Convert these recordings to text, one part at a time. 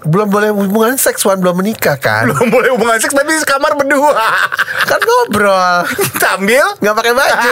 Belum boleh hubungan seks, Wan, belum menikah kan? Belum boleh hubungan seks tapi sekamar berdua. Kan ngobrol Sambil nggak pakai baju.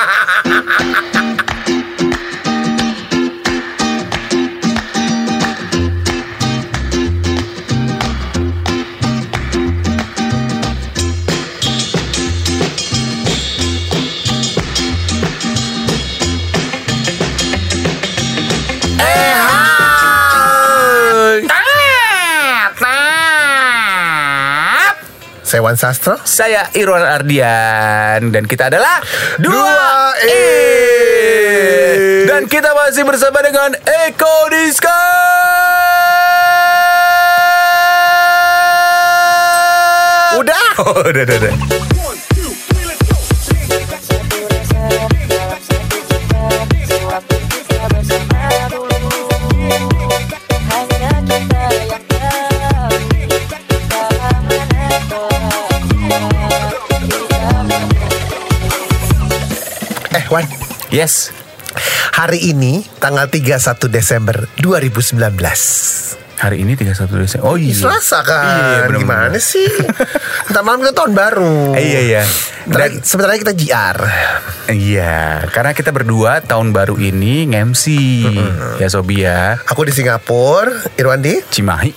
Saya Wan Sastro. Saya Irwan Ardian. Dan kita adalah 2E. Dan kita masih bersama dengan Eko Diska. Udah. Udah. Wan. Yes. Hari ini tanggal 31 Desember 2019. Hari ini 31 Desember. Oh iya. Selasa kan. Iya, bener-bener. Gimana sih? Ntar malam kita tahun baru. Iya. Dan sebentar lagi kita JR. Iya, karena kita berdua tahun baru ini nge-MC. Ya Sobi ya. Aku di Singapura, Irwan di Cimahi.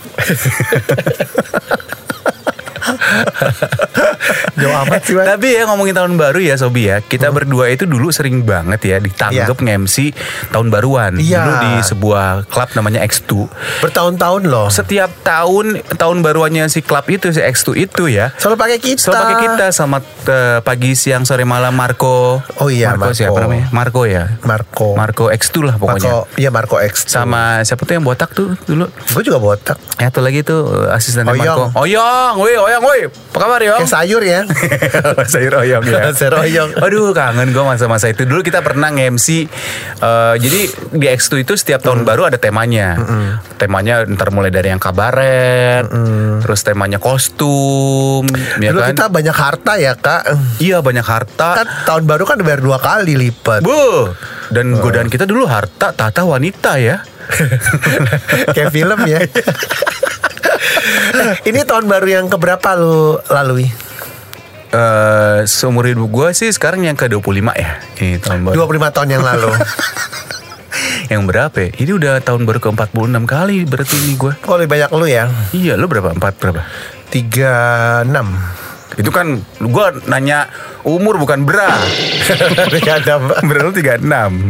jauh amat sih, Wan. Tapi ya ngomongin tahun baru ya Sobi ya, kita berdua itu dulu sering banget ya ditanggap nge-MC tahun baruan. Dulu di sebuah klub namanya X2. Bertahun-tahun loh. Setiap tahun baruannya si klub itu, si X2 itu ya, Selalu pakai kita. Selamat pagi, siang, sore, malam Marco. Oh iya, Marco siapa namanya? Marco ya. Marco X2 lah pokoknya. Marco X2. Sama siapa tuh yang botak tuh dulu? Gue juga botak. Satu lagi tuh asistennya Oyong. Marco. Oyong, woi. Apa kabar, Yong? Kayak sayur ya. Sayur oyong ya. Sayur oyong. Aduh, kangen gue masa-masa itu. Dulu kita pernah nge-MC. Jadi di X2 itu setiap tahun baru ada temanya. Temanya ntar mulai dari yang kabaret, terus temanya kostum. Ya Dulu kan? kita banyak harta ya, Kak. Iya, banyak harta. Kan tahun baru kan bayar 2 kali lipat. Dan godaan kita dulu harta, tata, wanita ya. Kayak film ya. Ini tahun baru yang keberapa lu lalui? Seumur hidup gue sih sekarang yang ke-25 ya. Ini tahun baru 25 tahun yang lalu. Yang berapa ya? Ini udah tahun baru ke-46 kali berarti ini gue. Oh, lebih banyak lu ya? Iya, lu berapa? 4 berapa? 36. Itu kan gue nanya umur bukan bra. 36. Bener lu 36.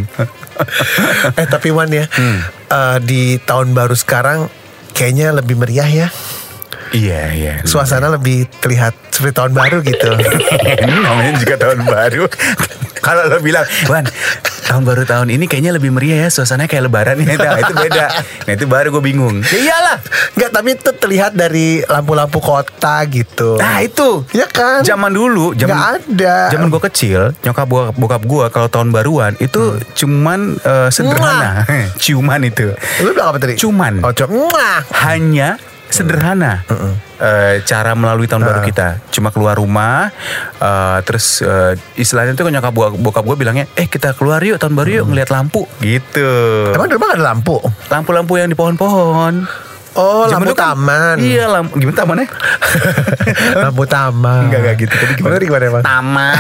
Tapi Wan ya, di tahun baru sekarang kayaknya lebih meriah ya. Iya. Suasana lebih terlihat seperti tahun baru gitu. Ini namanya juga tahun baru. Kalau lo bilang, Wan, tahun baru tahun ini kayaknya lebih meriah ya, suasananya kayak lebaran ya. Nah, itu beda. Nah, itu baru gue bingung. Ya iyalah. Enggak, tapi itu terlihat dari lampu-lampu kota gitu. Nah, itu. Ya kan? Zaman dulu, nggak ada. Zaman gue kecil, bokap gue kalau tahun baruan itu cuman sederhana. Ciuman itu. Lu bilang apa tadi? Cuman. Oh, hanya sederhana. Cara melalui tahun baru kita cuma keluar rumah, terus istilahnya itu nyokap bokap gue bilangnya, kita keluar yuk tahun baru yuk ngeliat lampu gitu. Emang di rumah ada lampu? Lampu-lampu yang di pohon-pohon. Oh, Zaman lampu dulu kan, taman. Iya, gimana tamannya? Lampu taman. Enggak gitu. Tadi gimana emang? Taman.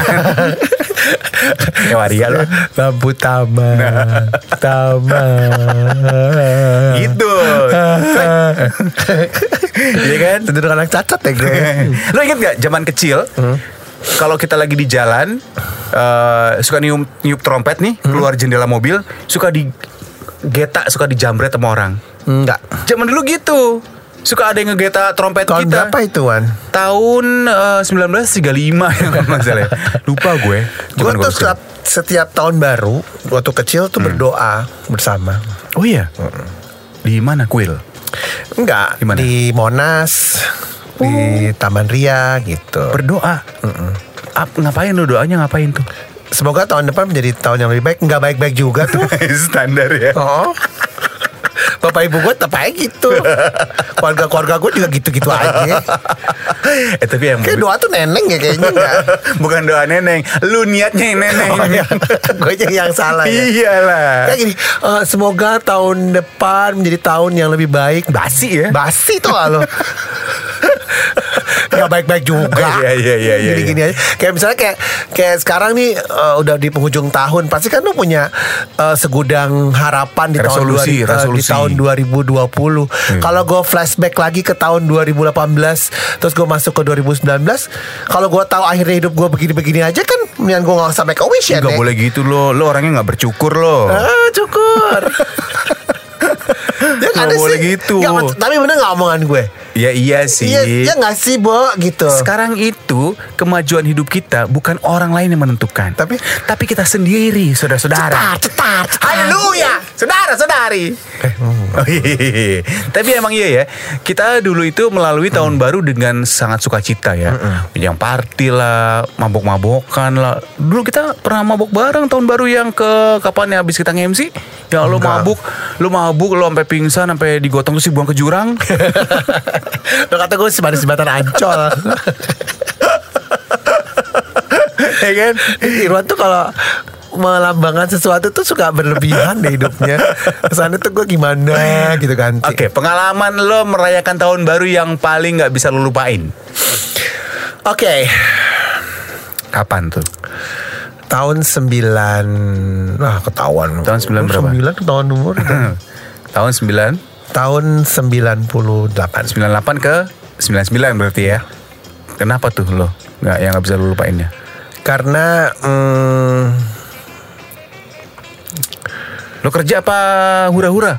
Ya waria loh. Lampu taman. Taman. Gitu. Iya kan? Tentu anak cacat ya gue. Lo inget gak zaman kecil? Kalau kita lagi di jalan, suka niup trompet nih, keluar jendela mobil, suka dijambret sama orang. Enggak. Zaman dulu gitu. Suka ada yang ngegeta trompet tahun kita. Tahun berapa itu, Wan? Tahun 1935 ya kalau nggak salah. Lupa gue. Gue tuh setiap tahun baru waktu kecil tuh berdoa bersama. Oh iya? Di mana, Kuil? Enggak. Dimana? Di Monas, di Taman Ria gitu. Berdoa? Ngapain lu doanya, ngapain tuh? Semoga tahun depan menjadi tahun yang lebih baik. Enggak baik-baik juga tuh. Standar ya. Oh. Bapak ibu gue tetap aja gitu. Keluarga gue juga gitu-gitu aja. Tapi yang Kayak doa tuh neneng ya kayaknya enggak. bukan doa neneng, lu niatnya yang neneng. Oh, ya. Gue yang salah ya. Iyalah. Kayak gini, semoga tahun depan menjadi tahun yang lebih baik. Basi ya. Basi tuh lo. Gak baik-baik juga. Iya. Gini-gini aja. Kayak misalnya kayak sekarang nih udah di penghujung tahun, pasti kan lu punya segudang harapan di Resolusi. di tahun 2020. Kalau gue flashback lagi ke tahun 2018, terus gue masuk ke 2019, kalau gue tahu akhirnya hidup gue begini-begini aja kan, mendingan gue gak usah make a wish ya. Gak boleh gitu lo orangnya gak bercukur lo. Cukur. Ya Gak boleh gitu. Tapi bener gak omongan gue? Ya iya sih. Iya gak sih Bo gitu. Sekarang itu kemajuan hidup kita bukan orang lain yang menentukan, tapi kita sendiri, saudara-saudara. Cetar. Haleluya, saudara-saudari. Tapi emang iya ya, kita dulu itu melalui tahun baru dengan sangat sukacita ya. Yang party lah, mabok-mabokan lah. Dulu kita pernah mabok bareng tahun baru yang kapan ya habis kita nge-MC. Ya lo mabuk, lo sampai pingsan, sampai digotong terus dibuang ke jurang. Lo kata gue sebatas Ancol. Ya kan? Irwan tuh kalau melambangkan sesuatu tuh suka berlebihan deh hidupnya. Kesannya tuh gue gimana gitu kan. Oke, pengalaman lo merayakan tahun baru yang paling gak bisa lo lupain. Oke. Kapan tuh? Tahun 9. Ketahuan. Tahun 9 berapa? 9 ketahuan umur. Tahun 9? Tahun 98. 98 ke 99 berarti ya. Kenapa tuh lo yang gak bisa lo lupainnya? Karena lo kerja apa hura-hura?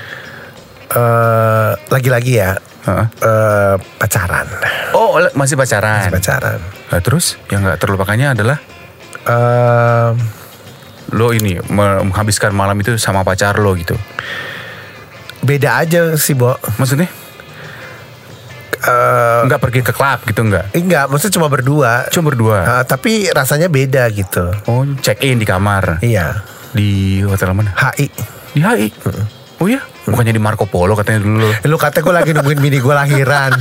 Lagi-lagi ya. Pacaran. Oh, masih pacaran. Nah, terus yang gak terlupakannya adalah lo ini menghabiskan malam itu sama pacar lo gitu. Beda aja sih Bo. Maksudnya? Enggak pergi ke klub gitu enggak? Enggak, maksudnya cuma berdua. Tapi rasanya beda gitu. Oh, check in di kamar. Iya. Di hotel mana? HI. Di HI? Oh iya? Bukannya di Marco Polo katanya dulu. Lu kata gue lagi nungguin bini gue lahiran.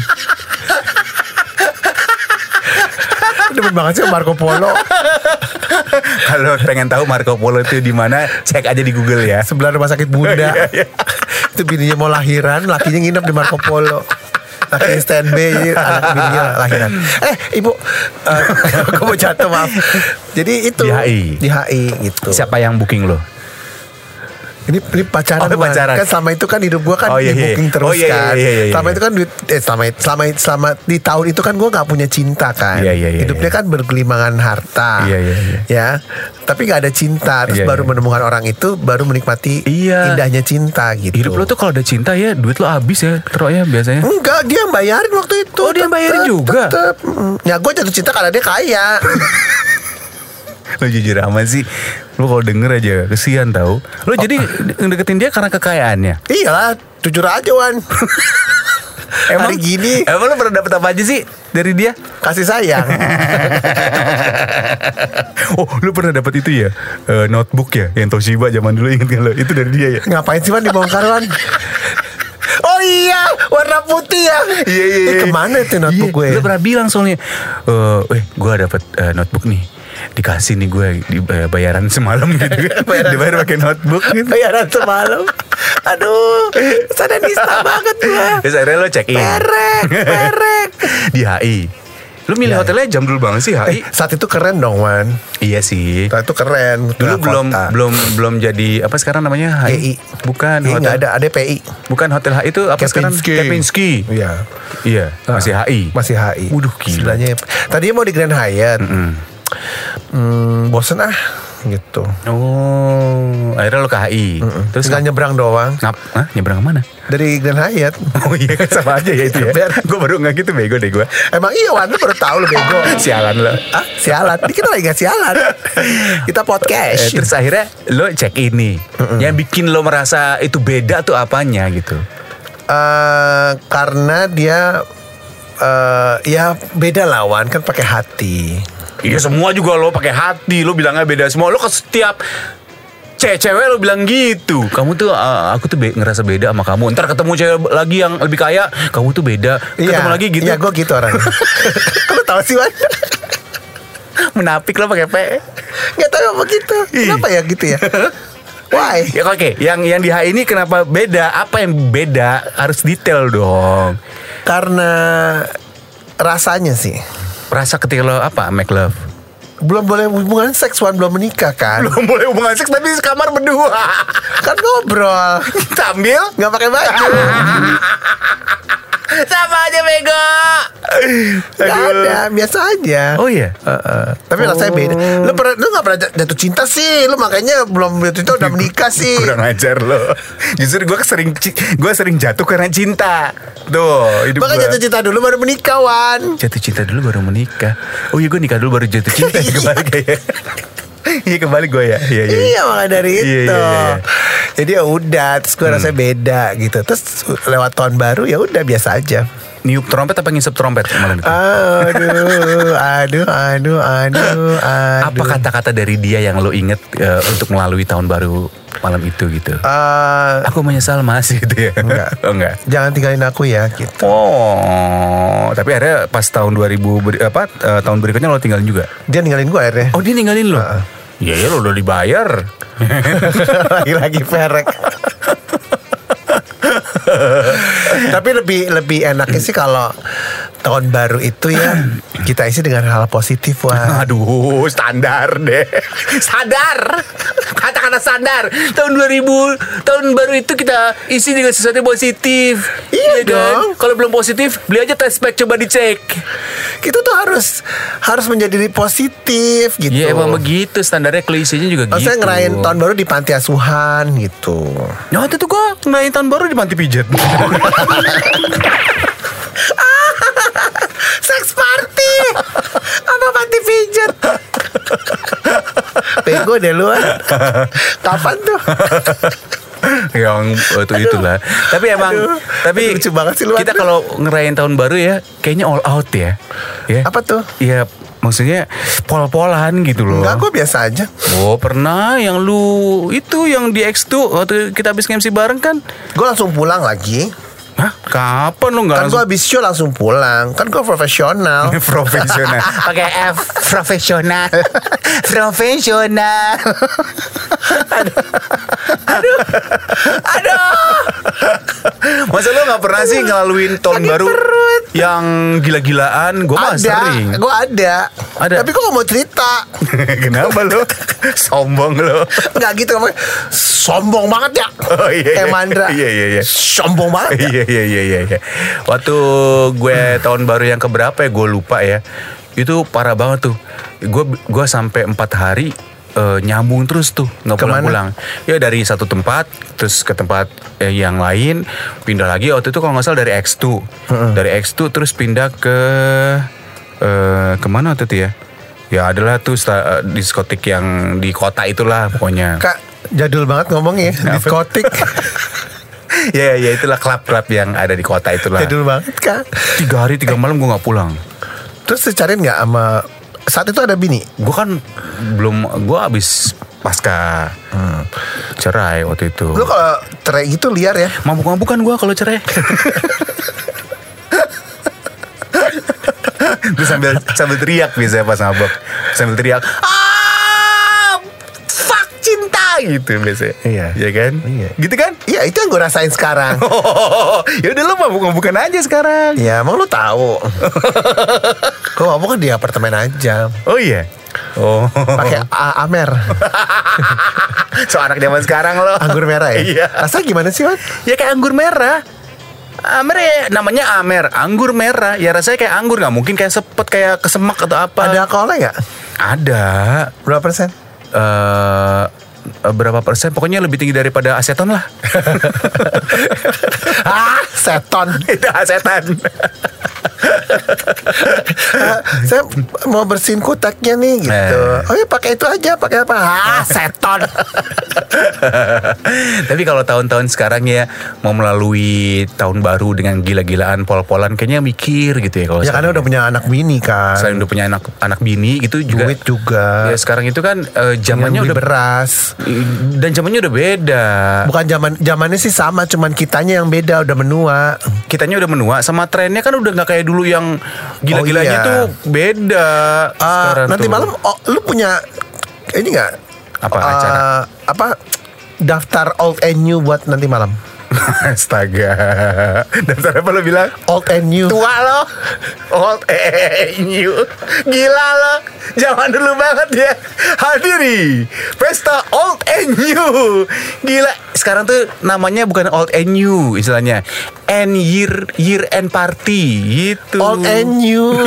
Demen banget sih Marco Polo. Kalau pengen tahu Marco Polo itu di mana, cek aja di Google ya. Sebelah rumah sakit Bunda. Itu bininya mau lahiran, lakinya nginep di Marco Polo. Lakinya standby, anak bininya lahiran. Ibu, gue mau jatuh, maaf. Jadi itu di HI gitu. Siapa yang booking lo? Ini pacaran, kan selama itu kan hidup gue kan di booking terus kan. Selama itu kan selama di tahun itu kan gue nggak punya cinta kan. Hidupnya kan bergelimangan harta. Ya, tapi nggak ada cinta. Terus baru menemukan orang itu, baru menikmati indahnya cinta gitu. Hidup lo tuh kalau ada cinta ya duit lo habis ya, terus ya biasanya. Enggak, dia yang bayarin waktu itu. Oh, dia yang bayarin juga. Ya gue jatuh cinta karena dia kaya. Lo jujur amat sih. Lo kalau denger aja kesian tau. Lo jadi ngedeketin dia karena kekayaannya. Iyalah, jujur aja Wan. Hari gini emang lo pernah dapet apa aja sih dari dia? Kasih sayang. Oh, lo pernah dapet itu ya, notebook ya, yang Toshiba zaman dulu, inget gak lo? Itu dari dia ya? Ngapain sih Wan dibongkar Wan? Oh iya, warna putih ya. Iya. Kemana itu notebook gue? Lo pernah bilang soalnya, gue dapet notebook nih, dikasih nih gue bayaran semalam gitu. Dibayar pakai notebook gitu. Bayaran semalam. Aduh, sadista banget gue. Terus akhirnya lo check in. Perek. Di HI. Lo milih hotelnya jam dulu banget sih HI. Saat itu keren dong Wan. Iya sih. Saat itu keren. Dulu belum jadi apa sekarang namanya HI. Bukan hotel. Nggak ada PI. Bukan hotel HI itu apa sekarang? Kempinski. Iya. Masih HI. Masih HI. Waduh gila. Sebelahnya. Tadinya mau di Grand Hyatt. Bosen gitu. Oh, akhirnya lo ke HI. Terus nggak nyebrang doang. Nyebrang kemana? Dari Grand Hyatt. Oh iya kan sama aja ya itu ya. Gue baru nggak gitu, bego deh gue. Emang iya Wan, lu baru tahu lo bego. Sialan lo. Sialan. Ini kita lagi gak sialan. Kita podcast. Terus akhirnya lo check in nih. Yang bikin lo merasa itu beda tuh apanya gitu? Karena dia ya beda lawan kan pakai hati. Iya semua juga lo pakai hati. Lo bilangnya beda semua. Lo ke setiap Cewek lo bilang gitu. Kamu tuh aku tuh ngerasa beda sama kamu. Ntar ketemu cewek lagi yang lebih kaya, kamu tuh beda. Ketemu lagi gitu. Iya, gue gitu orangnya. Kamu tahu sih, Wan? Menapik lo pakai P. Gak tahu apa gitu. Kenapa ya gitu ya? Why? Ya oke, yang di H ini kenapa beda? Apa yang beda? Harus detail dong. Karena rasanya sih. Rasa ketika lo apa? Make love. Belum boleh hubungan seks, Wan, belum menikah kan? Belum boleh hubungan seks tapi di kamar berdua. Kan ngobrol sambil nggak pakai baju. Sama aja bego. Gak ada, biasa aja. Oh iya. Tapi rasanya beda. Lu nggak pernah jatuh cinta sih. Lu makanya belum jatuh cinta udah menikah sih. Kurang ajar lo. Justru gue sering jatuh karena cinta. Tuh hidup. Makanya jatuh cinta dulu baru menikah, Wan. Jatuh cinta dulu baru menikah. Oh iya, gue nikah dulu baru jatuh cinta. Kembali kayak. Iya, kembali gue ya. Iya, maka dari itu. Iya. Jadi ya udah, terus gue rasanya beda gitu. Terus lewat tahun baru ya udah biasa aja. Niup trompet apa ngisep trompet malam itu? Aduh. Apa kata-kata dari dia yang lo inget untuk melalui tahun baru malam itu gitu? Aku menyesal mas gitu ya. Enggak. Jangan tinggalin aku ya gitu. Oh, tapi akhirnya pas tahun 2000 tahun berikutnya lo tinggalin juga? Dia ninggalin gue akhirnya. Oh, dia ninggalin lo? Iya ya, lo udah dibayar. Lagi perek. Tapi lebih enaknya sih kalau tahun baru itu ya kita isi dengan hal positif, Wah. Aduh, standar deh. Sadar. Kata-kata sadar. Tahun baru itu kita isi dengan sesuatu yang positif. Iya dong. Kan? Kalau belum positif, beli aja test pack, coba dicek. Kita tuh harus menjadi positif gitu. Iya, emang begitu standarnya, klise-nya juga gitu. Saya ngerayain tahun baru di panti asuhan gitu. Nah, waktu itu gue ngerayain tahun baru di panti pijat. Sex party apa panti pijat? Bego deh lu. Kapan tuh? Yang itulah. Tapi emang lucu banget sih lu. Kita kalau ngerayain tahun baru ya kayaknya all out ya. Apa tuh? Ya maksudnya pol-polan gitu loh. Enggak, gue biasa aja. Oh, pernah yang lu itu yang di X2 waktu kita habis MC bareng kan? Gue langsung pulang lagi. Hah? Kapan lu nggak? Kan gue habis show langsung pulang. Kan gue profesional. Profesional. Pakai F. Profesional. Profesional. Aduh. Masa lu gak pernah sih ngelaluin tahun baru perut yang gila-gilaan? Gue mah sering. Gue ada. Tapi gue gak mau cerita. Kenapa lu? Sombong lu. Gak gitu. Sombong banget ya. Oh, iya, kayak Mandra. Iya. Sombong banget ya. Iya. Waktu gue tahun baru yang keberapa ya, gue lupa ya. Itu parah banget tuh. Gue sampai 4 hari nyambung terus tuh, nggak pulang-pulang. Ya dari satu tempat terus ke tempat yang lain, pindah lagi. Waktu itu kalau nggak salah dari X2, dari X2 terus pindah ke kemana waktu itu ya? Ya adalah tuh diskotik yang di kota itulah pokoknya. Kak, jadul banget ngomongnya diskotik. Ya itulah klub-klub yang ada di kota itulah. Jadul banget, Kak. 3 hari 3 malam gue nggak pulang. Terus dicariin nggak sama saat itu ada bini? Gue kan gue abis pasca cerai waktu itu. Lu kalau cerai gitu liar ya? Mabuk-mabukan gue kalau cerai. Terus sambil teriak biasanya pas mabuk, sambil teriak, fuck cinta gitu biasanya. Iya kan? Iya. Gitu kan? Iya, itu yang gue rasain sekarang. Ya udah, lu mabuk-mabukan aja sekarang. Ya emang lu tahu. Gue mabuk kan di apartemen aja. Oh iya. Oh, pakai Amer. So anak zaman sekarang lo. Anggur merah ya? Iya. Rasanya gimana sih, Wan? Ya kayak anggur merah. Amer ya, namanya Amer, anggur merah. Ya rasanya kayak anggur, nggak mungkin kayak sepet, kayak kesemak atau apa. Ada alkoholnya nggak? Ada. Berapa persen? Berapa persen? Pokoknya lebih tinggi daripada aseton lah. Seton. Itu asetan. Saya mau bersihin kotaknya nih gitu. Oh ya pakai itu aja, pakai apa? Seton. Tapi kalau tahun-tahun sekarang ya mau melalui tahun baru dengan gila-gilaan pol-polan kayaknya mikir gitu ya kalau. Ya karena udah punya anak bini kan. Selain udah punya anak bini gitu juga. Duit juga. Ya sekarang itu kan zamannya udah beras. Dan zamannya udah beda. Bukan zamannya sih sama, cuman kitanya yang beda, udah menua. Kitanya udah menua, sama trennya kan udah nggak kayak dulu yang gila-gilanya tuh beda. Nanti malam lu punya ini nggak? Apa acara? Daftar old and new buat nanti malam. Astaga. Daftar apa lo bilang? Old and new. Tua lo. Old and new. Gila lo. Zaman dulu banget ya. Hadiri pesta old and new. Gila. Sekarang tuh namanya bukan old and new istilahnya. End year end party gitu. Old and new.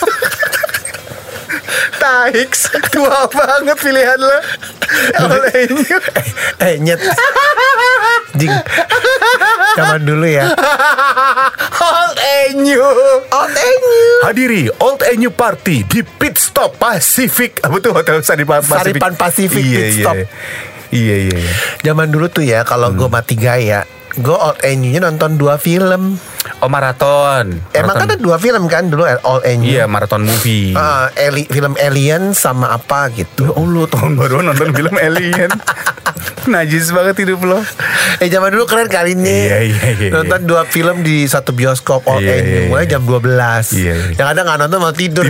Tahiks. Tua banget pilihan lo. Old and new. Nyet. Jing. Zaman dulu ya. Old and new. Old and new. Hadiri Old and New Party di Pit Stop Pacific. Apa tuh hotel Saripan Pacific Pit Stop. Iya. Zaman dulu tuh ya kalau gue mati gaya, gue Old and New-nya nonton 2 film. Oh maraton. Emang kan ada 2 film kan dulu Old and New. Iya maraton movie. Film Alien sama apa gitu. Ya Allah tahun baru nonton film Alien. Najis banget hidup lo. Zaman dulu keren kali ini. Iya. Nonton 2 film di satu bioskop Old and New. Mulai jam 12. Iya. Yang ada gak nonton mau tidur.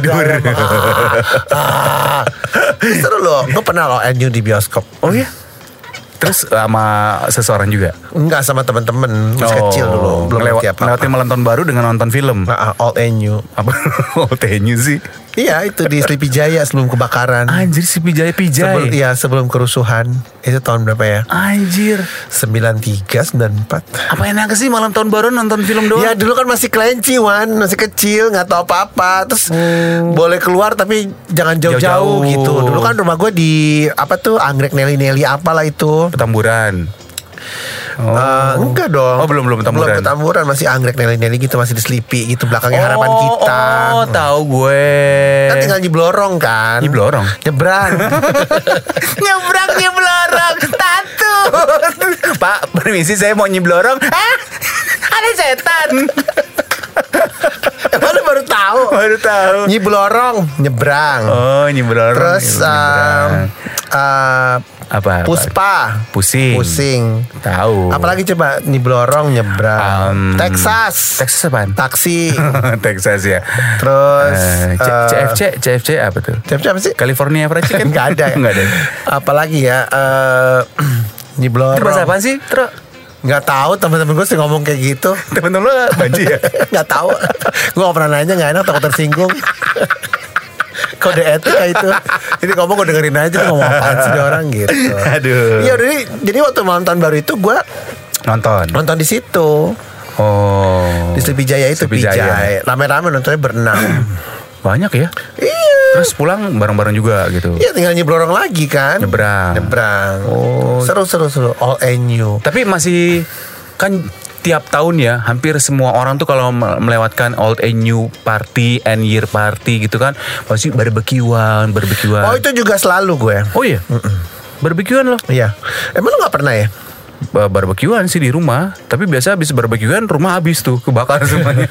Seru loh. Gue pernah Old and New di bioskop. Oh iya. Terus sama seseorang juga? Enggak, sama teman-teman. Masih kecil dulu, belum ngerti apa-apa. Lewatin malam tahun baru dengan nonton film. Old and New. Apa Old and New sih? Iya, itu di Sleepy Jaya sebelum kebakaran. Anjir, Sleepy Jaya Pijay. Sebelum kerusuhan. Itu tahun berapa ya? Anjir, 93, 94. Apa enak sih malam tahun baru nonton film doang? Ya dulu kan masih kelenci, Wan. Masih kecil, gak tahu apa-apa. Terus boleh keluar tapi jangan jauh-jauh gitu. Dulu kan rumah gue di Anggrek Neli apalah itu. Petamburan. Enggak dong. Belum Petamburan. Belum Petamburan, masih Anggrek Neli gitu, masih di Sleepy gitu, belakangnya Harapan Kita. Tahu gue. Kan tinggal nyeblorong kan. Nyebrang. Nyeblorong. Tatu. Pak, permisi saya mau nyeblorong. Ada setan. Emang lu baru tahu? Nyeblorong, nyebrang. Oh, nyeblorong. Terus apa? Puspa, pusing. Tahu. Apalagi coba nyeblorong, nyebrang. Texas apaan? Taksi. Texas ya. Terus CFC apa tuh? CFC apa sih? California Fried Chicken. Enggak ada. Apalagi ya? Nyeblorong. Itu bahasa apaan sih? Nggak tahu, teman-teman gue sih ngomong kayak gitu. Temen-temen lo banji ya? Nggak tahu. Gue nggak pernah nanya, nggak enak, takut tersinggung. Kode etika itu. Jadi ngomong gue dengerin aja, ngomong apaan sih orang gitu. Aduh. Iya, jadi waktu malam tahun baru itu gue nonton di situ. Oh. Di Sleepy Jaya itu. Pijay. Rame-rame nontonnya berenam. Banyak ya? Iya. Terus pulang bareng-bareng juga gitu. Iya, tinggal nyeblorong lagi kan. Nyebrang. Oh. Seru. All and New. Tapi masih kan tiap tahun ya, hampir semua orang tuh kalau melewatkan Old and New Party, End Year Party gitu kan, pasti barbekyuan. Oh, itu juga selalu gue. Oh iya? Barbekyuan loh? Iya. Emang lo gak pernah ya? Barbekyuan sih di rumah. Tapi biasa habis barbekyuan rumah habis tuh, kebakar semuanya.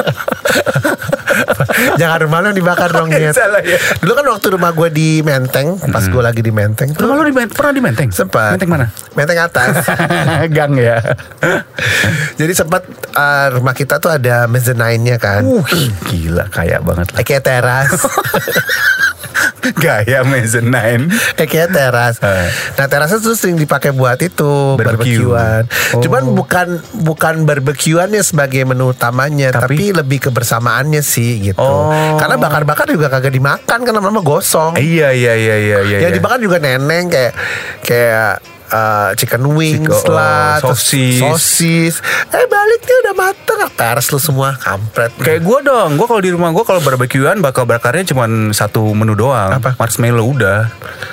Jangan rumah lo dibakar dong ya. Dulu kan waktu rumah gue di Menteng, pas gue lagi di Menteng. Rumah lo pernah di Menteng? Sempat. Menteng mana? Menteng atas. Gang ya. Jadi sempat rumah kita tuh ada mezzanine-nya kan. Gila, kaya banget lah. Kayak teras. Gaya mezzanine. Kayak teras. Nah, terasnya tuh sering dipakai buat itu, barbekyuan. Cuman bukan barbekyuannya sebagai menu utamanya, tapi lebih kebersamaannya sih gitu. Karena bakar-bakar juga kagak dimakan, kan lama-lama gosong. Iya. Yang dimakan juga neneng kayak chicken wings lah, sosis. Baliknya udah mateng, peres lu semua, kampret. Kayak gue dong, gue kalau di rumah gue kalau barbekyuan bakarnya cuma satu menu doang. Apa? Marshmallow udah.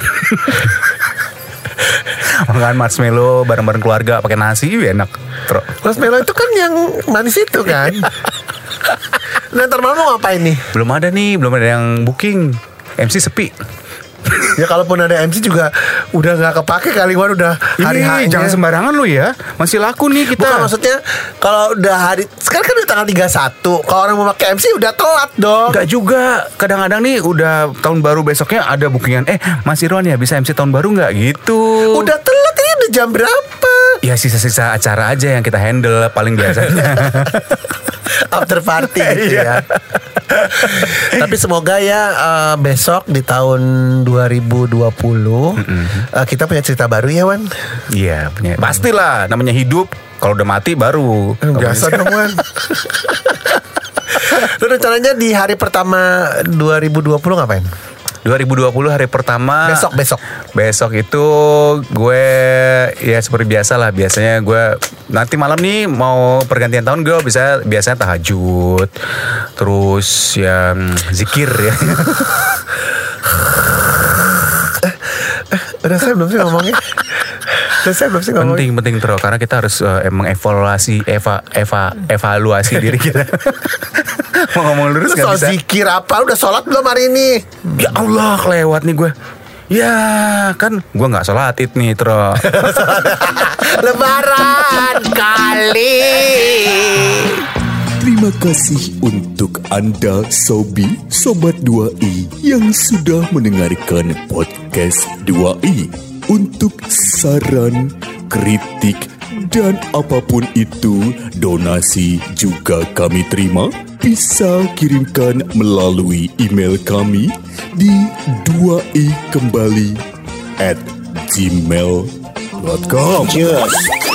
Makan marshmallow bareng-bareng keluarga pakai nasi enak. Marshmallow itu kan yang manis itu kan. Ntar malam mau ngapain nih? Belum ada yang booking. MC sepi. Ya kalaupun ada MC juga udah gak kepake kali, Wan, udah hari-harinya. Jangan sembarangan lu ya. Masih laku nih kita. Bukan, maksudnya kalau udah hari, sekarang kan udah tanggal 31. Kalau orang mau pakai MC udah telat dong. Enggak juga. Kadang-kadang nih udah tahun baru besoknya ada bookingan. Mas Irwan ya bisa MC tahun baru gak gitu. Udah telat, ini udah jam berapa? Ya sisa-sisa acara aja yang kita handle paling biasanya. After party gitu ya. Tapi semoga ya besok di tahun 2020 kita punya cerita baru ya, Wan. Iya punya. Pastilah, namanya hidup. Kalau udah mati baru. Biasa dong, Wan. Lu rencananya di hari pertama 2020 ngapain? 2020 hari pertama. Besok itu gue ya seperti biasa lah. Biasanya gue nanti malam nih mau pergantian tahun, gue biasanya tahajud, terus ya zikir ya. Udah saya belum sih ngomongnya. Penting terus karena kita harus emang evaluasi diri kita. Mau ngomong lurus gak bisa. Zikir apa? Udah sholat belum hari ini? Ya Allah, kelewat nih gue. Ya kan gue gak sholat id nih terus. Lebaran kali. Terima kasih untuk Anda Sobat 2i yang sudah mendengarkan podcast 2i. Untuk saran, kritik, dan apapun itu, donasi juga kami terima. Bisa kirimkan melalui email kami di 2ikembali@gmail.com. Cheers.